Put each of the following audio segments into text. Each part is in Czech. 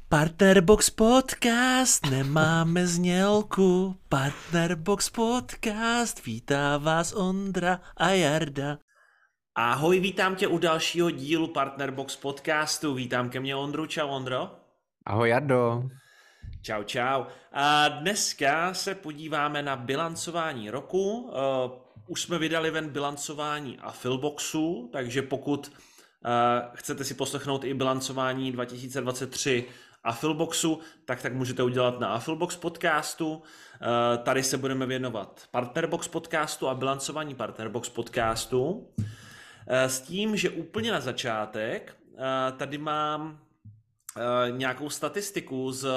Partnerbox podcast, nemáme znělku. Partnerbox podcast, vítá vás Ondra a Jarda. Ahoj, vítám tě u dalšího dílu Partnerbox podcastu. Vítám ke mně Ondru. Čau, Ondro. Ahoj, Jardo. Čau, čau. A dneska se podíváme na bilancování roku. Už jsme vydali ven bilancování Affilboxu, takže pokud chcete si poslechnout i bilancování 2023 Affilboxu, tak můžete udělat na Affilbox podcastu. Tady se budeme věnovat Partnerbox podcastu a bilancování Partnerbox podcastu. S tím, že úplně na začátek tady mám nějakou statistiku z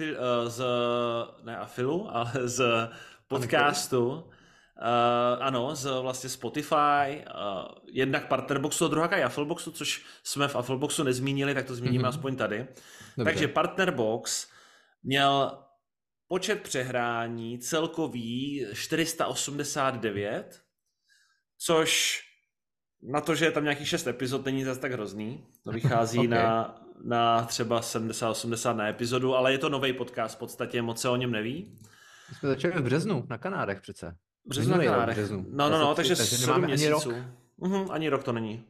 podcastu. Ano, z vlastně Spotify, jednak Partnerboxu a druhá i Affilboxu, což jsme v Affilboxu nezmínili, tak to zmíníme aspoň tady. Dobře. Takže Partnerbox měl počet přehrání celkový 489, což na to, že je tam nějakých 6 epizod, není zase tak hrozný. To vychází okay. na třeba 70-80 na epizodu, ale je to nový podcast, v podstatě moc se o něm neví. My jsme začali v březnu, na Kanárech přece. Březnu na Kanárech. No, takže 7 měsíců. Ani rok to není.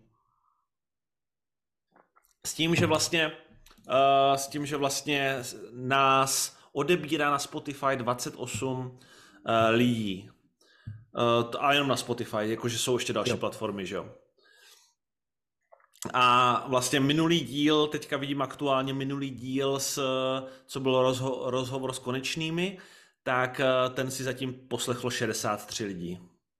S tím, že vlastně nás odebírá na Spotify 28 lidí. A jenom na Spotify, jakože jsou ještě další platformy, že jo. A vlastně minulý díl, teďka vidím aktuálně minulý díl, co byl rozhovor s Konečnými, tak ten si zatím poslechlo 63 lidí.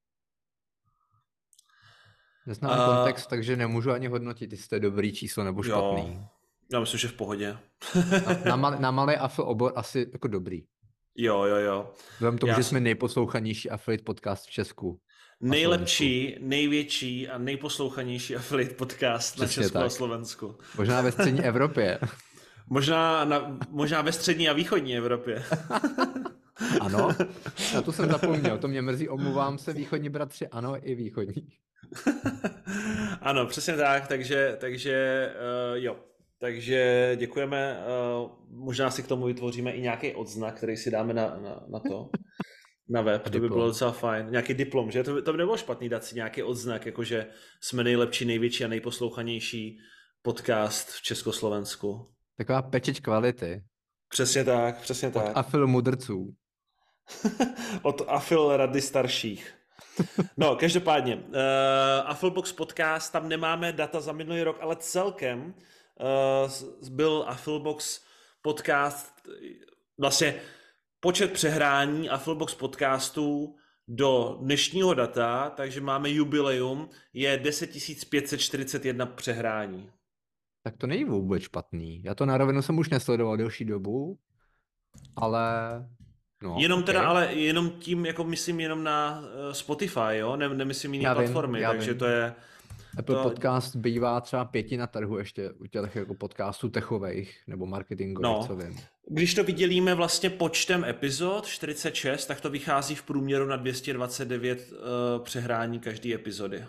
Neznám kontext, takže nemůžu ani hodnotit, jestli to je dobrý číslo nebo špatný. Jo, já myslím, že v pohodě. na malý affil obor asi jako dobrý. Jo. Vzhledem tomu, že jsme nejposlouchanější affiliate podcast v Česku. Nejlepší, největší a nejposlouchanější affiliate podcast na Česku a Slovensku. Možná ve střední Evropě. Možná ve střední a východní Evropě. Ano, na to jsem zapomněl, to mě mrzí, omluvám se, východní bratři, ano, i východní. Ano, přesně tak, takže jo. Takže děkujeme, možná si k tomu vytvoříme i nějaký odznak, který si dáme na to, na web, to by bylo docela fajn. Nějaký diplom, že? To by nebylo špatný dát si nějaký odznak, jakože jsme nejlepší, největší a nejposlouchanější podcast v Československu. Taková pečeť kvality. Přesně tak. Od Affil mudrců. Od Affil rady starších. No, každopádně, Affilbox podcast, tam nemáme data za minulý rok, ale celkem byl Affilbox podcast, vlastně počet přehrání Affilbox podcastů do dnešního data, takže máme jubileum, je 10 541 přehrání. Tak to není vůbec špatný. Já to na rovinu jsem už nesledoval delší dobu, ale... No, jenom teda, ale jenom tím, jako myslím jenom na Spotify, jo? Nemyslím jiný platformy, takže to je... Apple podcast bývá třeba 5 na trhu ještě u těch jako podcastů techových nebo marketingových, co vím. Když to vydělíme vlastně počtem epizod, 46, tak to vychází v průměru na 229 přehrání každé epizody.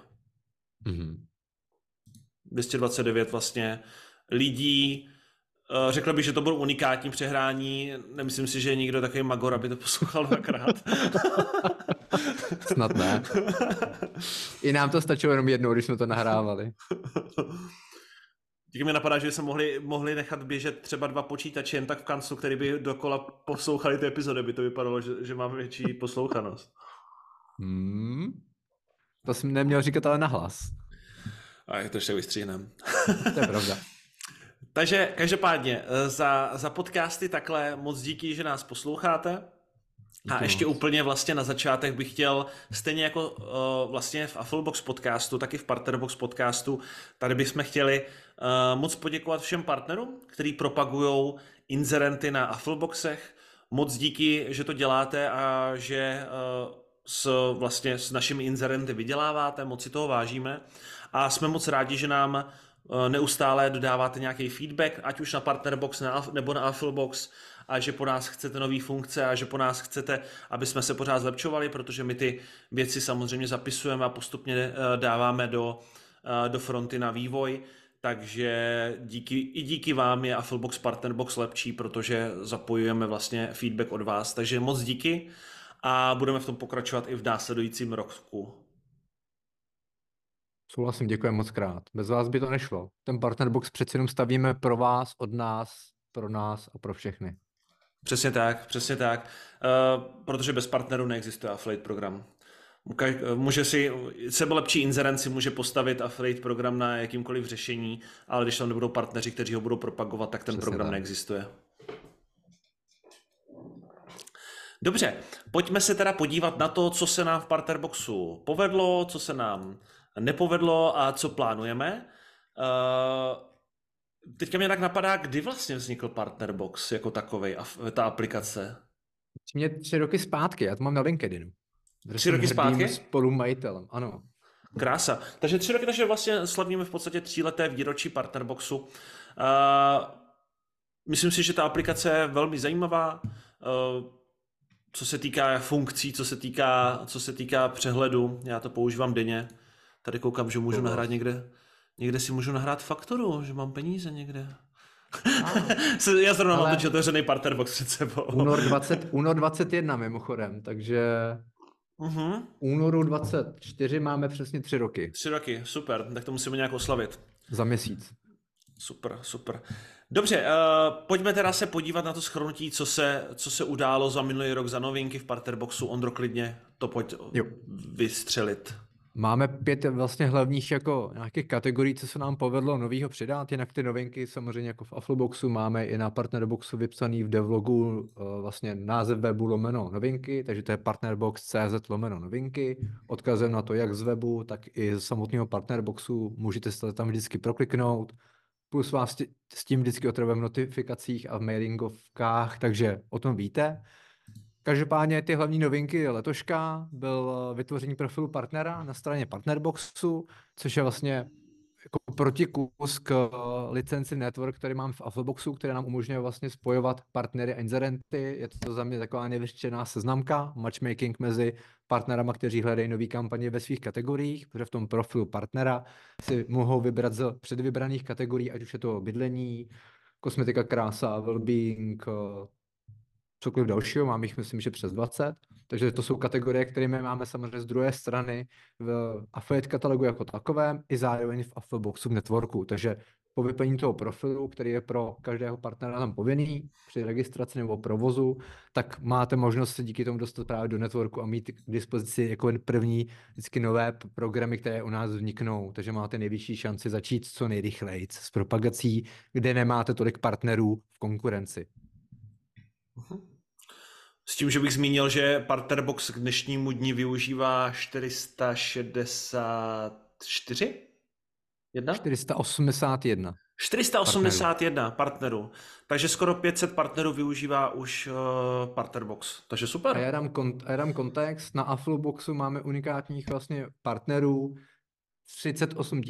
229 vlastně lidí. Řekl bych, že to bylo unikátní přehrání. Nemyslím si, že je někdo takový magor, aby to poslouchal dvakrát. Snad ne. I nám to stačilo jenom jednou, když jsme to nahrávali. Díky mi napadá, že jsme mohli nechat běžet třeba 2 počítače jen tak v kanclu, který by dokola poslouchali ty epizody, by to vypadalo, že máme větší poslouchanost. To jsem neměl říkat ale nahlas. A jak to ještě vystříhnem. To je pravda. Takže každopádně za podcasty takhle moc díky, že nás posloucháte. A ještě úplně vlastně na začátek bych chtěl, stejně jako vlastně v Affilbox podcastu, tak i v Partnerbox podcastu, tady bychom chtěli moc poděkovat všem partnerům, kteří propagujou inzerenty na Affilboxech. Moc díky, že to děláte a že vlastně s našimi inzerenty vyděláváte, moc si toho vážíme. A jsme moc rádi, že nám neustále dodáváte nějaký feedback, ať už na Partnerbox nebo na Affilbox, a že po nás chcete nové funkce a že po nás chcete, aby jsme se pořád zlepšovali, protože my ty věci samozřejmě zapisujeme a postupně dáváme do fronty na vývoj. takže díky vám je Afflebox Partnerbox lepší, protože zapojujeme vlastně feedback od vás, takže moc díky a budeme v tom pokračovat i v následujícím roku. Souhlasím, děkuji moc krát. Bez vás by to nešlo. Ten Partnerbox přeci jenom stavíme pro vás, od nás, pro nás a pro všechny. Přesně tak, přesně tak. Protože bez partnerů neexistuje affiliate program. Může si, sebelepší inzerent si může postavit affiliate program na jakýmkoliv řešení, ale když tam nebudou partneři, kteří ho budou propagovat, tak ten program neexistuje. Dobře, pojďme se teda podívat na to, co se nám v Partnerboxu povedlo, co se nám nepovedlo a co plánujeme. Teďka mě tak napadá, kdy vlastně vznikl Partnerbox jako takovej a ta aplikace. Mě 3 roky zpátky, já to mám na LinkedInu. 3 roky zpátky? Spolumajitelem, ano. Krása. Takže 3 roky, takže vlastně slavíme v podstatě 3leté výročí Partnerboxu. Myslím si, že ta aplikace je velmi zajímavá, co se týká funkcí, co se týká přehledu. Já to používám denně. Tady koukám, že můžu nahrát někde si můžu nahrát fakturu, že mám peníze někde. Já zrovna mám teď otevřený Partnerbox před sebou. Únor 21 mimochodem, takže únoru 24 máme přesně 3 roky. 3 roky, super, tak to musíme nějak oslavit. Za měsíc. Super, super. Dobře, pojďme teda se podívat na to shrnutí, co se událo za minulý rok, za novinky v Partnerboxu. Ondro, klidně to pojď vystřelit. Máme 5 vlastně hlavních jako nějakých kategorií, co se nám povedlo novýho přidat, jinak ty novinky samozřejmě jako v Affleboxu máme i na Partnerboxu vypsaný v devlogu vlastně název webu / novinky, takže to je partnerbox.cz / novinky, odkazem na to jak z webu, tak i z samotného Partnerboxu, můžete se tam vždycky prokliknout, plus vás s tím vždycky otravujeme v notifikacích a v mailingovkách, takže o tom víte. Každopádně ty hlavní novinky letoška byl vytvoření profilu partnera na straně Partnerboxu, což je vlastně jako protikus k licenci Network, který mám v Affleboxu, které nám umožňuje vlastně spojovat partnery a inzerenty. Je to za mě taková nevyřčená seznamka, matchmaking mezi partnerama, kteří hledají nové kampaně ve svých kategoriích, protože v tom profilu partnera si mohou vybrat z předvybraných kategorií, ať už je to bydlení, kosmetika, krása, well-being, cokoliv dalšího, mám jich myslím, že přes 20, takže to jsou kategorie, které my máme samozřejmě z druhé strany v affiliate katalogu jako takovém i zároveň v Affleboxu v networku, takže po vyplnění toho profilu, který je pro každého partnera tam povinný při registraci nebo provozu, tak máte možnost se díky tomu dostat právě do networku a mít k dispozici jako první vždycky nové programy, které u nás vzniknou, takže máte nejvyšší šanci začít co nejrychleji s propagací, kde nemáte tolik partnerů v konkurenci. S tím, že bych zmínil, že Partnerbox k dnešnímu dni využívá 464? 481. 481 partnerů. Takže skoro 500 partnerů využívá už Partnerbox. Takže super. A já dám kontext. Na Affleboxu máme unikátních vlastně partnerů 38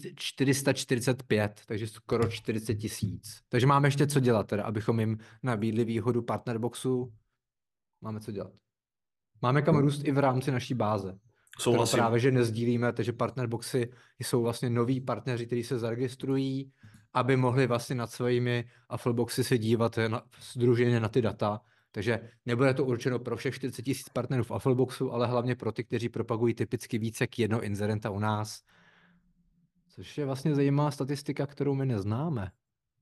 445, takže skoro 40 000. Takže máme ještě co dělat, teda, abychom jim nabídli výhodu Partnerboxu. Máme co dělat. Máme kam růst i v rámci naší báze. Souhlasím. Právě, že nezdílíme, takže Partnerboxy jsou vlastně noví partneři, kteří se zaregistrují, aby mohli vlastně nad svými Affleboxy se dívat sdruženě na ty data. Takže nebude to určeno pro všech 40 000 partnerů v Affleboxu, ale hlavně pro ty, kteří propagují typicky více k jednoho inzerenta u nás. Což je vlastně zajímavá statistika, kterou my neznáme.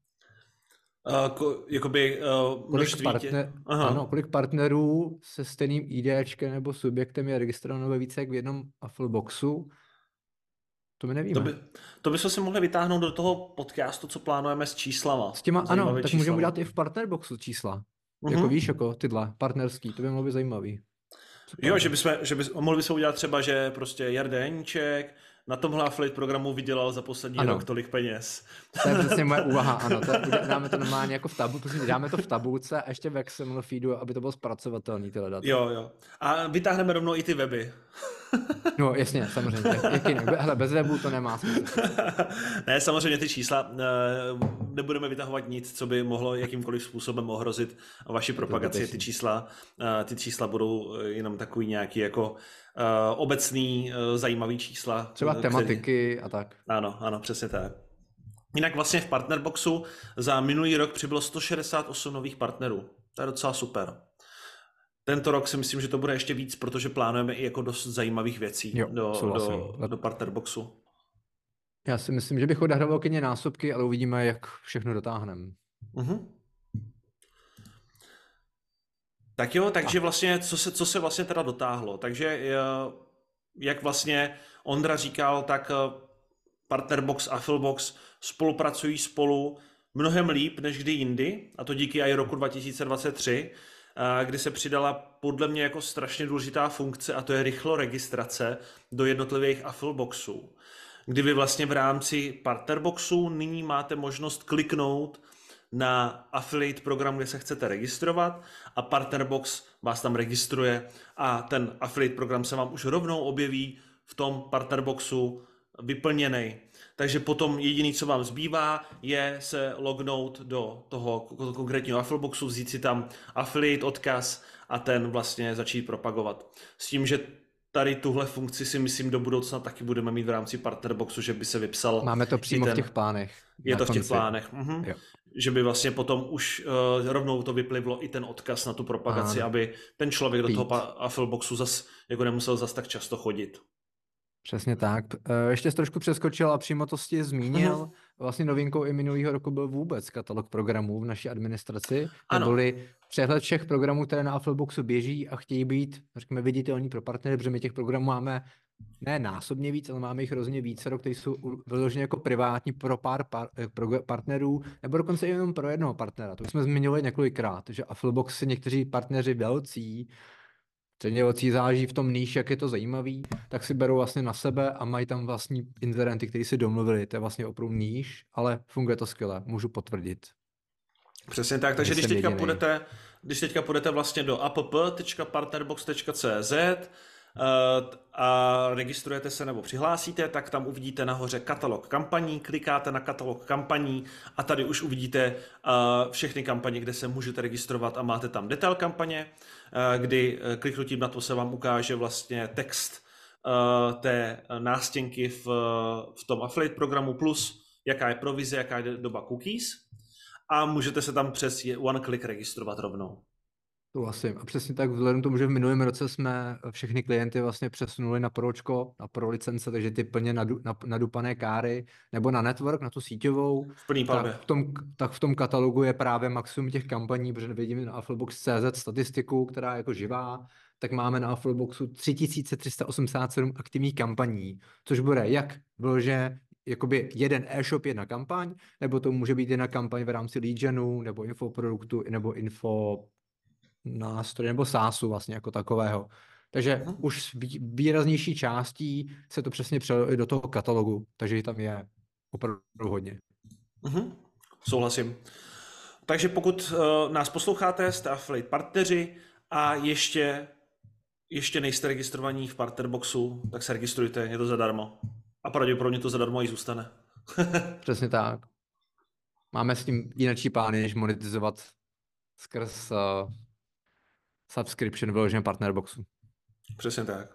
Kolik partnerů se stejným IDčkem nebo subjektem je registrováno ve více jak v jednom Affleboxu? To my nevíme. To bychom si mohli vytáhnout do toho podcastu, co plánujeme s číslama. S těma, ano, tak můžeme udělat i v Partnerboxu čísla. Jako víš, jako tyhle partnerský, to by mohlo být zajímavý. Super. Jo, mohli bychom udělat třeba, že prostě Jarda Janíček na tomhle affiliate programu vydělal za poslední rok tolik peněz. To je přesně moje úvaha, ano. Dáme to normálně jako dáme to v tabulce a ještě v XML feedu, aby to bylo zpracovatelný tyhle data. Jo. A vytáhneme rovnou i ty weby. No jasně, samozřejmě. Hele, bez webu to nemá smysl. Ne, samozřejmě ty čísla, nebudeme vytahovat nic, co by mohlo jakýmkoliv způsobem ohrozit vaši propagaci. Ty čísla budou jenom takový nějaký jako obecný zajímavý čísla. Třeba tematiky a tak. Ano, přesně tak. Jinak vlastně v Partnerboxu za minulý rok přibylo 168 nových partnerů. To je docela super. Tento rok si myslím, že to bude ještě víc, protože plánujeme i jako dost zajímavých věcí Jo, do Partnerboxu. Já si myslím, že bych odehrával klidně násobky, ale uvidíme, jak všechno dotáhneme. Tak jo, takže vlastně, co se vlastně teda dotáhlo. Takže jak vlastně Ondra říkal, tak Partnerbox a Affilibox spolupracují spolu mnohem líp než kdy jindy, a to díky i roku 2023, kdy se přidala podle mě jako strašně důležitá funkce, a to je rychlo registrace do jednotlivých Affiliboxů. Kdy vy vlastně v rámci Partnerboxu nyní máte možnost kliknout na affiliate program, kde se chcete registrovat, a Partnerbox vás tam registruje a ten affiliate program se vám už rovnou objeví v tom Partnerboxu vyplněný. Takže potom jediný, co vám zbývá, je se lognout do toho konkrétního Affiliboxu, vzít si tam affiliate odkaz a ten vlastně začít propagovat. S tím, že tady tuhle funkci si myslím do budoucna taky budeme mít v rámci Partnerboxu, že by se vypsal. Máme to přímo v těch plánech. Je to v těch plánech. Že by vlastně potom už rovnou to vyplivlo i ten odkaz na tu propagaci, aby ten člověk do toho Affiliboxu zas jako nemusel zas tak často chodit. Přesně tak. Ještě jsi trošku přeskočil a přímo to jsi zmínil. Vlastně novinkou i minulého roku byl vůbec katalog programů v naší administraci. Neboli přehled všech programů, které na Affiliboxu běží a chtějí být, řekněme, viditelní pro partnery, protože my těch programů máme ne násobně víc, ale máme jich hrozně více, které jsou vyloženě jako privátní pro pár partnerů, nebo dokonce i jenom pro jednoho partnera. To jsme zmiňovali několikrát, že Affilibox si někteří partneři velcí, středně velcí, záleží v tom níž, jak je to zajímavý, tak si berou vlastně na sebe a mají tam vlastní inzerenty, kteří si domluvili. To je vlastně opravdu níž, ale funguje to skvěle, můžu potvrdit. Přesně tak, takže když teďka půjdete vlastně do app.partnerbox.cz a registrujete se nebo přihlásíte, tak tam uvidíte nahoře katalog kampaní, klikáte na katalog kampaní a tady už uvidíte všechny kampaně, kde se můžete registrovat, a máte tam detail kampaně, kdy kliknutím na to se vám ukáže vlastně text té nástěnky v tom affiliate programu, plus jaká je provize, jaká je doba cookies, a můžete se tam přes one click registrovat rovnou. Souhlasím. A přesně tak, vzhledem k tomu, že v minulém roce jsme všechny klienty vlastně přesunuli na pročko, na pro licence, takže ty plně nadupané káry, nebo na network, na tu síťovou, tak v tom katalogu je právě maximum těch kampaní, protože vidíme na Affilibox.cz statistiku, která je jako živá, tak máme na Affiliboxu 3387 aktivních kampaní, což bude jak vlože jakoby jeden e-shop, jedna kampaň, nebo to může být jedna kampaň v rámci lead genu, nebo infoproduktu, nebo info nástroje, nebo SaaSu vlastně jako takového. Takže už s výraznější částí se to přesně přelilo i do toho katalogu, takže tam je opravdu hodně. Souhlasím. Takže pokud nás posloucháte, jste affiliate partneři a ještě nejste registrovaní v Partnerboxu, tak se registrujte, je to zadarmo. A pravděpodobně to zadarmo i zůstane. Přesně tak. Máme s tím jináčí plány, než monetizovat skrz subscription vyloženém Partnerboxu. Přesně tak.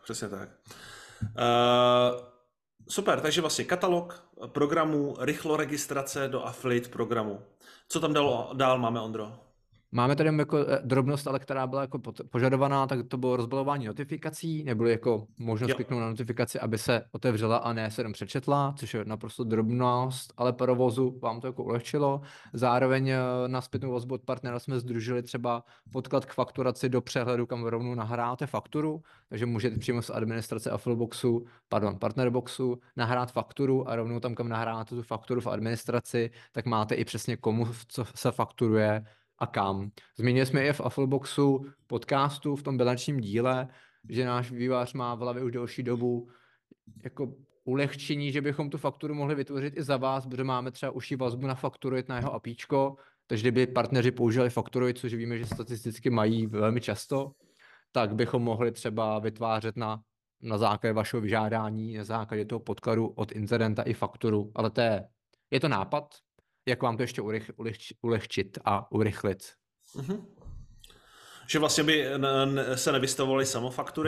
Super, takže vlastně katalog programů, rychlo registrace do affiliate programu. Co tam dál máme, Ondro? Máme tady jako drobnost, ale která byla jako požadovaná, tak to bylo rozbalování notifikací, nebylo jako možnost kliknout na notifikaci, aby se otevřela a ne se jenom přečetla, což je naprosto drobnost, ale provozu vám to jako ulehčilo. Zároveň na zpětnou vazbu od partnera jsme sdružili třeba podklad k fakturaci do přehledu, kam rovnou nahráte fakturu, takže můžete přímo z administrace Partnerboxu nahrát fakturu a rovnou tam, kam nahráte tu fakturu v administraci, tak máte i přesně komu co se fakturuje a kam. Zmínili jsme je v Affiliboxu podcastu v tom bilančním díle, že náš vývojář má v hlavě už delší dobu jako ulehčení, že bychom tu fakturu mohli vytvořit i za vás, protože máme třeba užší vazbu na Fakturoid na jeho APIčko, takže kdyby partneři používali Fakturoid, což víme, že statisticky mají velmi často, tak bychom mohli třeba vytvářet na základě vašeho vyžádání, na základě toho podkladu od inzerenta i fakturu, ale je to nápad, jak vám to ještě ulehčit a urychlit. Že vlastně by se nevystavovaly samofaktury,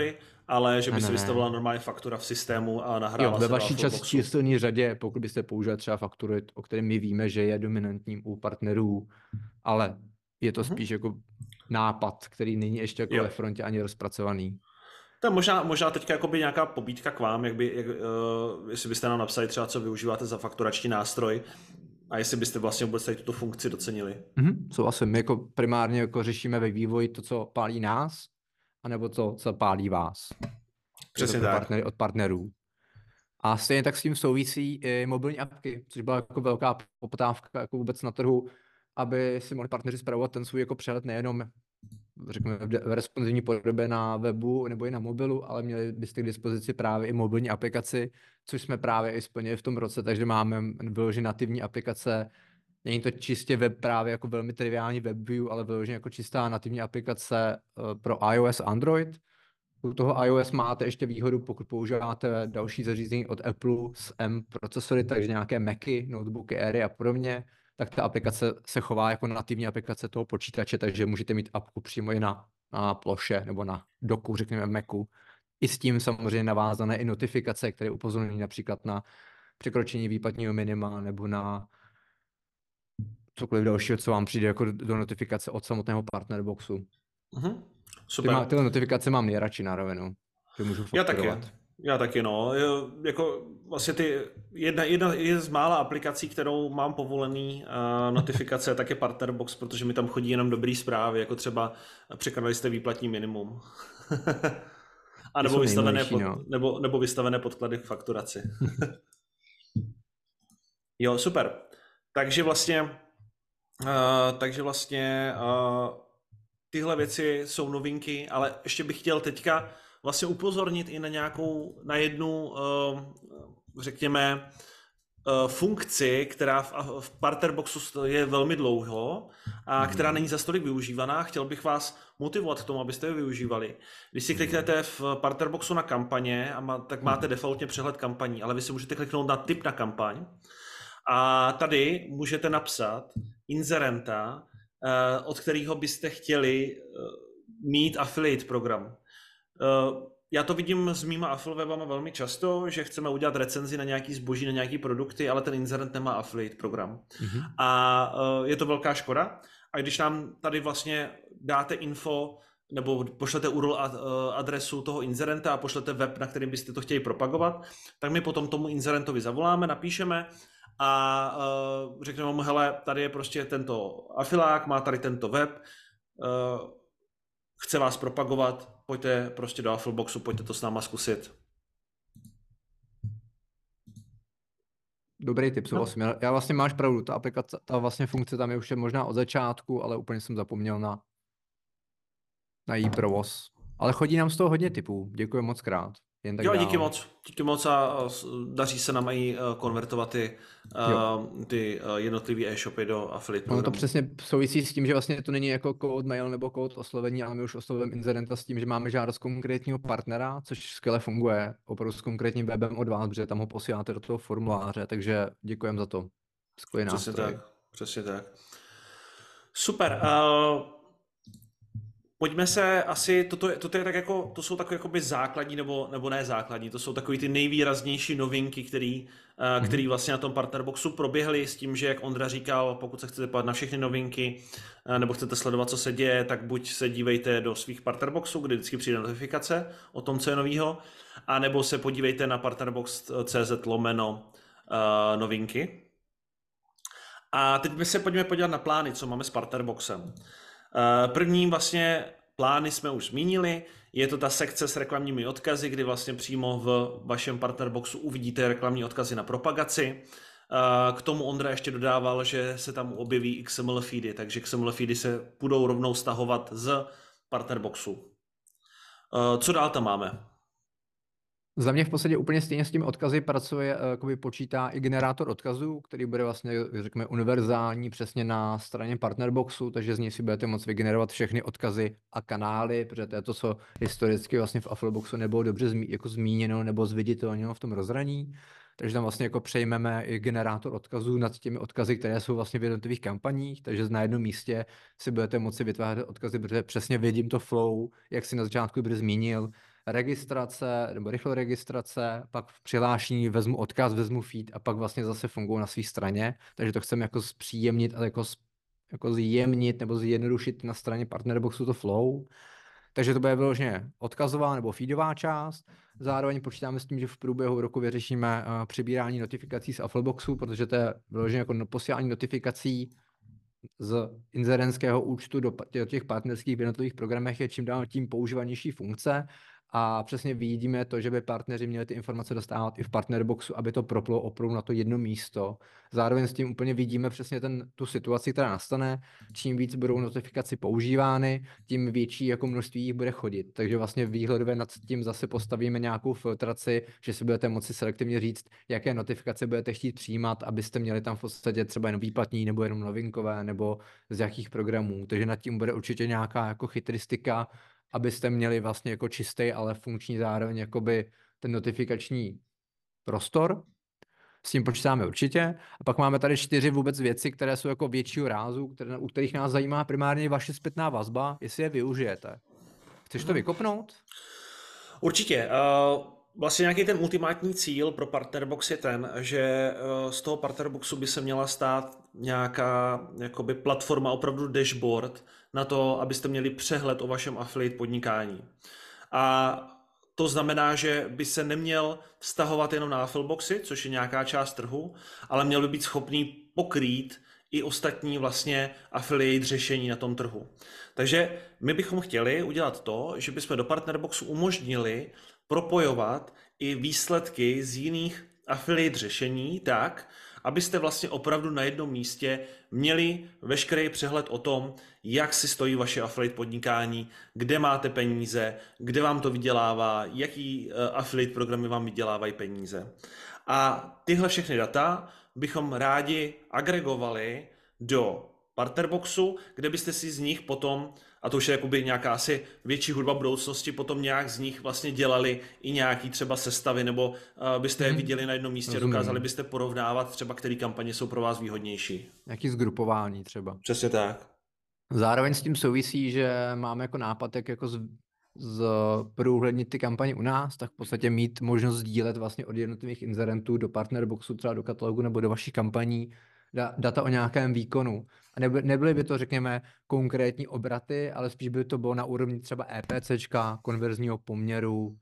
ale že by se Ne. vystavila normálně faktura v systému a Jo, nahrála ve se do vaší Affleboxu. číselní řadě, pokud byste použili třeba faktury, o kterém my víme, že je dominantním u partnerů, ale je to spíš jako nápad, který není ještě jako Jo. ve frontě ani rozpracovaný. To je možná teďka jakoby nějaká pobídka k vám, jestli byste nám napsali třeba, co využíváte za fakturační nástroj a jestli byste vlastně vůbec tady tuto funkci docenili. Souhlasím, my jako primárně jako řešíme ve vývoji to, co pálí nás, anebo to, co pálí vás. Přesně pro tak. partnery od partnerů. A stejně tak s tím souvisí i mobilní apky, což byla jako velká poptávka jako vůbec na trhu, aby si mohli partneři spravovat ten svůj jako přehled nejenom řekněme v responsivní podobě na webu nebo i na mobilu, ale měli byste k dispozici právě i mobilní aplikaci, což jsme právě i splnili v tom roce, takže máme vyloženě nativní aplikace. Není to čistě web právě jako velmi triviální WebView, ale vyloženě jako čistá nativní aplikace pro iOS a Android. U toho iOS máte ještě výhodu, pokud používáte další zařízení od Apple s M procesory, takže nějaké Macy, notebooky, Airy a podobně, tak ta aplikace se chová jako nativní aplikace toho počítače, takže můžete mít apku přímo i na ploše nebo na doku, řekněme Macu. I s tím samozřejmě navázané i notifikace, které upozorňují například na překročení výplatního minima nebo na cokoliv dalšího, co vám přijde jako do notifikace od samotného partnerboxu. Super. Tyhle notifikace mám nejradši na rovinu, že můžu fakturovat. Já taky, no. Jako vlastně jedna z mála aplikací, kterou mám povolený notifikace, tak je Partnerbox, protože mi tam chodí jenom dobrý zprávy, jako třeba překonali jste výplatní minimum. A nebo vystavené podklady k fakturaci. Jo, super. Takže vlastně tyhle věci jsou novinky, ale ještě bych chtěl teďka vlastně upozornit i na jednu, řekněme, funkci, která v Partnerboxu je velmi dlouho a která není za tolik využívaná. Chtěl bych vás motivovat k tomu, abyste ji využívali. Když si kliknete v Partnerboxu na kampaně, tak máte defaultně přehled kampaní, ale vy si můžete kliknout na tip na kampaň a tady můžete napsat inzerenta, od kterého byste chtěli mít affiliate program. Já to vidím s mýma affiliwebama velmi často, že chceme udělat recenzi na nějaký zboží, na nějaký produkty, ale ten inzerent nemá affiliate program. A je to velká škoda. A když nám tady vlastně dáte info, nebo pošlete URL adresu toho inzerenta a pošlete web, na kterým byste to chtěli propagovat, tak my potom tomu inzerentovi zavoláme, napíšeme a řekneme mu, hele, tady je prostě tento afilák, má tady tento web, chce vás propagovat, pojďte prostě do Affleboxu, pojďte to s náma zkusit. Dobrý tip, souhlasím. Já vlastně máš pravdu, ta aplikace, ta vlastně funkce tam je už možná od začátku, ale úplně jsem zapomněl na její provoz. Ale chodí nám z toho hodně tipů, děkuji moc krát. Jen tak jo, dál. díky moc a daří se nám i konvertovat ty jednotlivé e-shopy do affiliate programu. Ono to přesně souvisí s tím, že vlastně to není jako kód mail nebo kód oslovení, ale my už oslovujeme inzerenta s tím, že máme žádost konkrétního partnera, což skvěle funguje, opravdu s konkrétním webem od vás, protože tam ho posíláte do toho formuláře, takže děkujeme za to. Skvělý nástroj. Přesně tak. Super. Pojďme se asi, toto je tak jako, to jsou takové jakoby základní nebo ne základní, to jsou takové ty nejvýraznější novinky, které vlastně na tom Partnerboxu proběhly s tím, že jak Ondra říkal, pokud se chcete podívat na všechny novinky nebo chcete sledovat, co se děje, tak buď se dívejte do svých Partnerboxů, kde vždycky přijde notifikace o tom, co je novýho, a nebo se podívejte na partnerbox.cz/novinky. A teď my se pojďme podívat na plány, co máme s Partnerboxem. První vlastně plány jsme už zmínili, je to ta sekce s reklamními odkazy, kdy vlastně přímo v vašem Partnerboxu uvidíte reklamní odkazy na propagaci. K tomu Ondra ještě dodával, že se tam objeví XML feedy, takže XML feedy se budou rovnou stahovat z Partnerboxu. Co dál tam máme? Za mě v podstatě úplně stejně s těmi odkazy pracuje, počítá i generátor odkazů, který bude vlastně, řekněme, univerzální přesně na straně Partnerboxu, takže z něj si budete moct vygenerovat všechny odkazy a kanály, protože to je to, co historicky vlastně v Affleboxu nebylo dobře zmíněno nebo zviditelněno v tom rozhraní. Takže tam vlastně jako přejmeme i generátor odkazů nad těmi odkazy, které jsou vlastně v jednotlivých kampaních, takže na jednom místě si budete moci vytvářet odkazy, protože přesně vidím to flow, jak si na začátku dobře zmínil, registrace nebo rychlá registrace, pak v přihlášení vezmu odkaz, vezmu feed a pak vlastně zase fungují na své straně, takže to chceme jako zpříjemnit a jako zjemnit nebo zjednodušit na straně Partnerboxu to flow. Takže to bude vyloženě odkazová nebo feedová část. Zároveň počítáme s tím, že v průběhu roku vyřešíme přibírání notifikací z Affleboxu, protože to je vyloženě jako posílání notifikací z inzerentského účtu do těch partnerských v jednotlivých programech je čím dál tím používanější funkce a přesně vidíme to, že by partneři měli ty informace dostávat i v Partnerboxu, aby to proplo opravdu na to jedno místo. Zároveň s tím úplně vidíme přesně tu situaci, která nastane. Čím víc budou notifikaci používány, tím větší jako množství jich bude chodit. Takže vlastně výhledově nad tím zase postavíme nějakou filtraci, že si budete moci selektivně říct, jaké notifikace budete chtít přijímat, abyste měli tam v podstatě třeba jenom výplatní nebo jenom novinkové nebo z jakých programů. Takže nad tím bude určitě nějaká jako chytristika, abyste měli vlastně jako čistý, ale funkční zároveň jakoby ten notifikační prostor. S tím počítáme určitě. A pak máme tady 4 vůbec věci, které jsou jako většího rázu, u kterých nás zajímá primárně vaše zpětná vazba, jestli je využijete. Chceš to vykopnout? Určitě. Vlastně nějaký ten ultimátní cíl pro Partnerbox je ten, že z toho Partnerboxu by se měla stát nějaká jakoby platforma, opravdu dashboard na to, abyste měli přehled o vašem affiliate podnikání. A to znamená, že by se neměl vztahovat jenom na Affleboxy, což je nějaká část trhu, ale měl by být schopný pokrýt i ostatní vlastně affiliate řešení na tom trhu. Takže my bychom chtěli udělat to, že bychom do Partnerboxu umožnili propojovat i výsledky z jiných affiliate řešení tak, abyste vlastně opravdu na jednom místě měli veškerý přehled o tom, jak si stojí vaše affiliate podnikání, kde máte peníze, kde vám to vydělává, jaký affiliate programy vám vydělávají peníze. A tyhle všechny data bychom rádi agregovali do Partnerboxu, kde byste si z nich potom, a to už je jakoby nějaká asi větší hudba budoucnosti, potom nějak z nich vlastně dělali i nějaký třeba sestavy, nebo byste je viděli na jednom místě, dokázali byste porovnávat třeba, které kampaně jsou pro vás výhodnější. Nějaký zgrupování třeba. Přesně tak. Zároveň s tím souvisí, že máme jako nápad, jak jako průhlednit ty kampaně u nás, tak v podstatě mít možnost sdílet vlastně od jednotlivých inzerentů do Partnerboxu, třeba do katalogu nebo do vašich kampaní data o nějakém výkonu. A nebyly by to, řekněme, konkrétní obraty, ale spíš by to bylo na úrovni třeba EPCčka, konverzního poměru,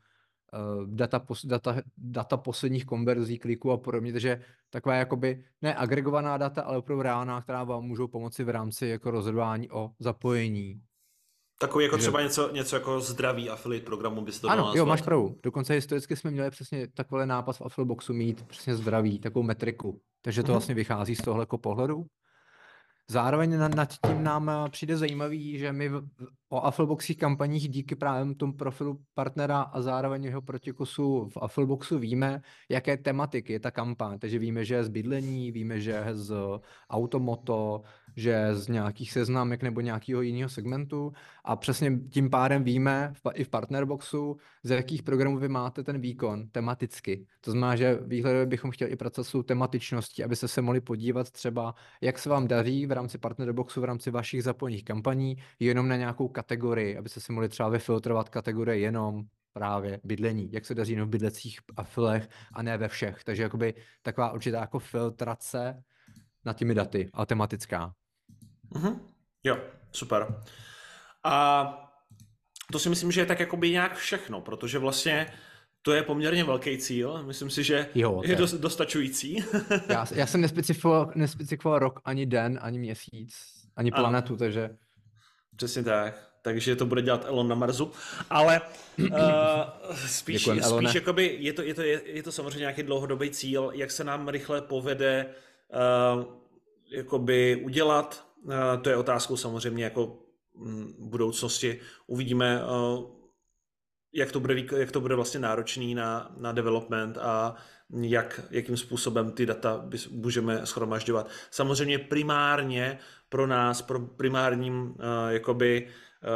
data posledních konverzí, kliků a podobně, takže taková jakoby ne agregovaná data, ale opravdu reálná, která vám můžou pomoci v rámci jako rozhodování o zapojení. Takový jako třeba něco jako zdravý affiliate programu bys to Ano, jo, máš pravdu. Dokonce historicky jsme měli přesně takový nápad v Affleboxu mít přesně zdravý, takovou metriku. Takže to vlastně vychází z tohle jako pohledu. Zároveň nad tím nám přijde zajímavý, že my o Affleboxích kampaních díky právě tomu profilu partnera a zároveň jeho protikusu v Affleboxu víme, jaké tematiky je ta kampaň. Takže víme, že je z bydlení, víme, že je z automoto, že je z nějakých seznamek nebo nějakého jiného segmentu a přesně tím pádem víme i v Partnerboxu, z jakých programů vy máte ten výkon tematicky. To znamená, že výhledově bychom chtěli i pracovat s tou tematičností, abyste se mohli podívat třeba, jak se vám daří v rámci Partnerboxu, v rámci vašich zapojených kampaní, jenom na nějakou kategorii, abyste si mohli třeba vyfiltrovat kategorie jenom právě bydlení, jak se daří jenom v bydlecích afilech a ne ve všech. Takže jakoby taková určitá jako filtrace nad těmi daty a tematická. Jo, super. A to si myslím, že je tak jakoby nějak všechno, protože vlastně to je poměrně velký cíl. Myslím si, že je dostačující. Já jsem nespecifikoval rok, ani den, ani měsíc, ani planetu, takže... Přesně tak. Takže to bude dělat Elon na Marsu. Ale spíš jakoby je to samozřejmě nějaký dlouhodobý cíl, jak se nám rychle povede jakoby udělat. To je otázkou samozřejmě jako budoucnosti. Uvidíme, jak to bude vlastně náročný na development a jakým způsobem ty data můžeme shromažďovat. Samozřejmě primárně pro nás, pro primárním jakoby,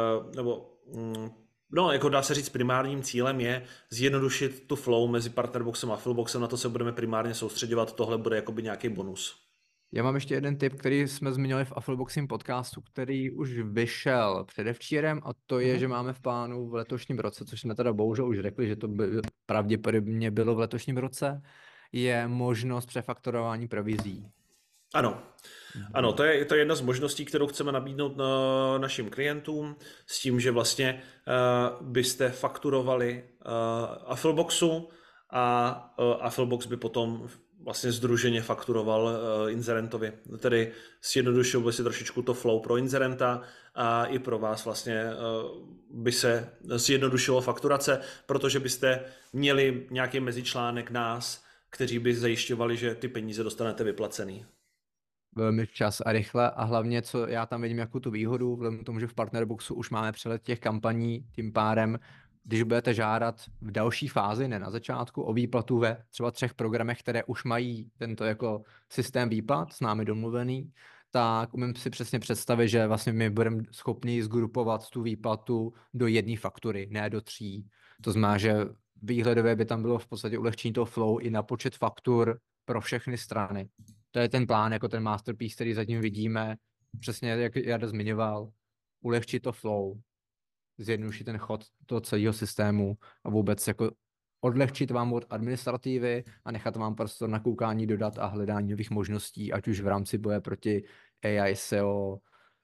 jako dá se říct, primárním cílem je zjednodušit tu flow mezi Partnerboxem a Affleboxem, na to se budeme primárně soustředovat, tohle bude jakoby nějaký bonus. Já mám ještě jeden tip, který jsme zmínili v Affiliboxing podcastu, který už vyšel předevčírem, a to je, že máme v plánu v letošním roce, což jsme teda bohužel už řekli, že to by pravděpodobně bylo v letošním roce, je možnost přefaktorování provizí. Ano. Ano, to je jedna z možností, kterou chceme nabídnout našim klientům, s tím, že vlastně byste fakturovali Affiliboxu a Affilibox by potom vlastně združeně fakturoval inzerentovi. Tedy zjednodušil by si trošičku to flow pro inzerenta a i pro vás vlastně by se zjednodušilo fakturace, protože byste měli nějaký mezičlánek nás, kteří by zajišťovali, že ty peníze dostanete vyplacený. Velmi včas a rychle, a hlavně, co já tam vidím jako tu výhodu, vzhledem k tomu, že v Partnerboxu už máme přehled těch kampaní, tím pádem, když budete žádat v další fázi, ne na začátku, o výplatu ve třeba 3 programech, které už mají tento jako systém výplat s námi domluvený, tak umím si přesně představit, že vlastně my budeme schopni zgrupovat tu výplatu do 1 faktury, ne do 3. To znamená, že výhledově by tam bylo v podstatě ulehčení toho flow i na počet faktur pro všechny strany. To je ten plán, jako ten masterpiece, který zatím vidíme, přesně jak Jarda zmiňoval, ulehčit to flow, zjednodušit ten chod toho celého systému a vůbec jako odlehčit vám od administrativy a nechat vám prostor na koukání do dat a hledání nových možností, ať už v rámci boje proti AI, SEO,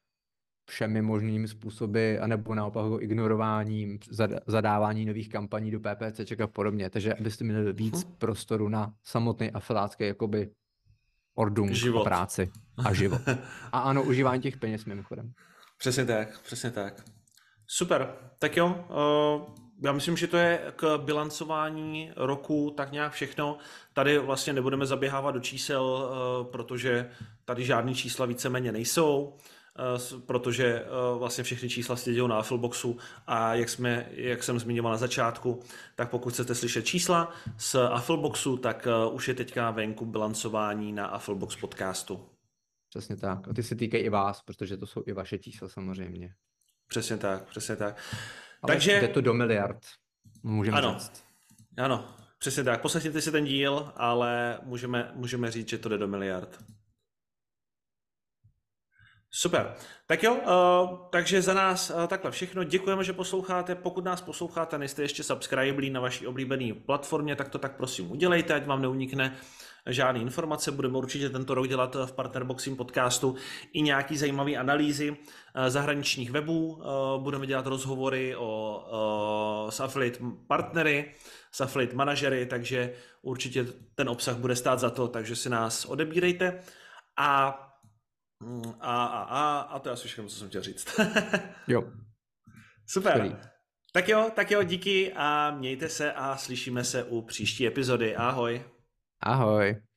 všemi možnými způsoby, anebo naopak ho ignorováním, zadávání nových kampaní do PPCček a podobně. Takže abyste měli víc prostoru na samotný afiliátský jakoby ordung Život. a práci a život. A ano, užívání těch peněz mimochodem. Přesně tak, přesně tak. Super, tak jo, já myslím, že to je k bilancování roku tak nějak všechno. Tady vlastně nebudeme zaběhávat do čísel, protože tady žádný čísla víceméně nejsou, protože vlastně všechny čísla se dějou na Affiliboxu a jak jsem zmiňoval na začátku, tak pokud chcete slyšet čísla z Affiliboxu, tak už je teďka venku bilancování na Affilibox podcastu. Přesně tak. A ty se týkají i vás, protože to jsou i vaše čísla samozřejmě. Přesně tak, přesně tak. Ale Takže jde to do miliard, můžeme říct. Ano, přesně tak. Poslechněte si ten díl, ale můžeme říct, že to jde do miliard. Super. Tak jo, takže za nás takhle všechno. Děkujeme, že posloucháte. Pokud nás posloucháte, nejste ještě subscribeli na vaší oblíbené platformě, tak to tak prosím udělejte, ať vám neunikne žádné informace. Budeme určitě tento rok dělat v Partnerboxing podcastu i nějaký zajímavý analýzy zahraničních webů. Budeme dělat rozhovory s affiliate partnery, s affiliate manažery, takže určitě ten obsah bude stát za to, takže si nás odebírejte. A to je asi všechno, co jsem chtěl říct. Jo. Super. Skvělý. Tak jo, díky a mějte se a slyšíme se u příští epizody. Ahoj. Ahoj.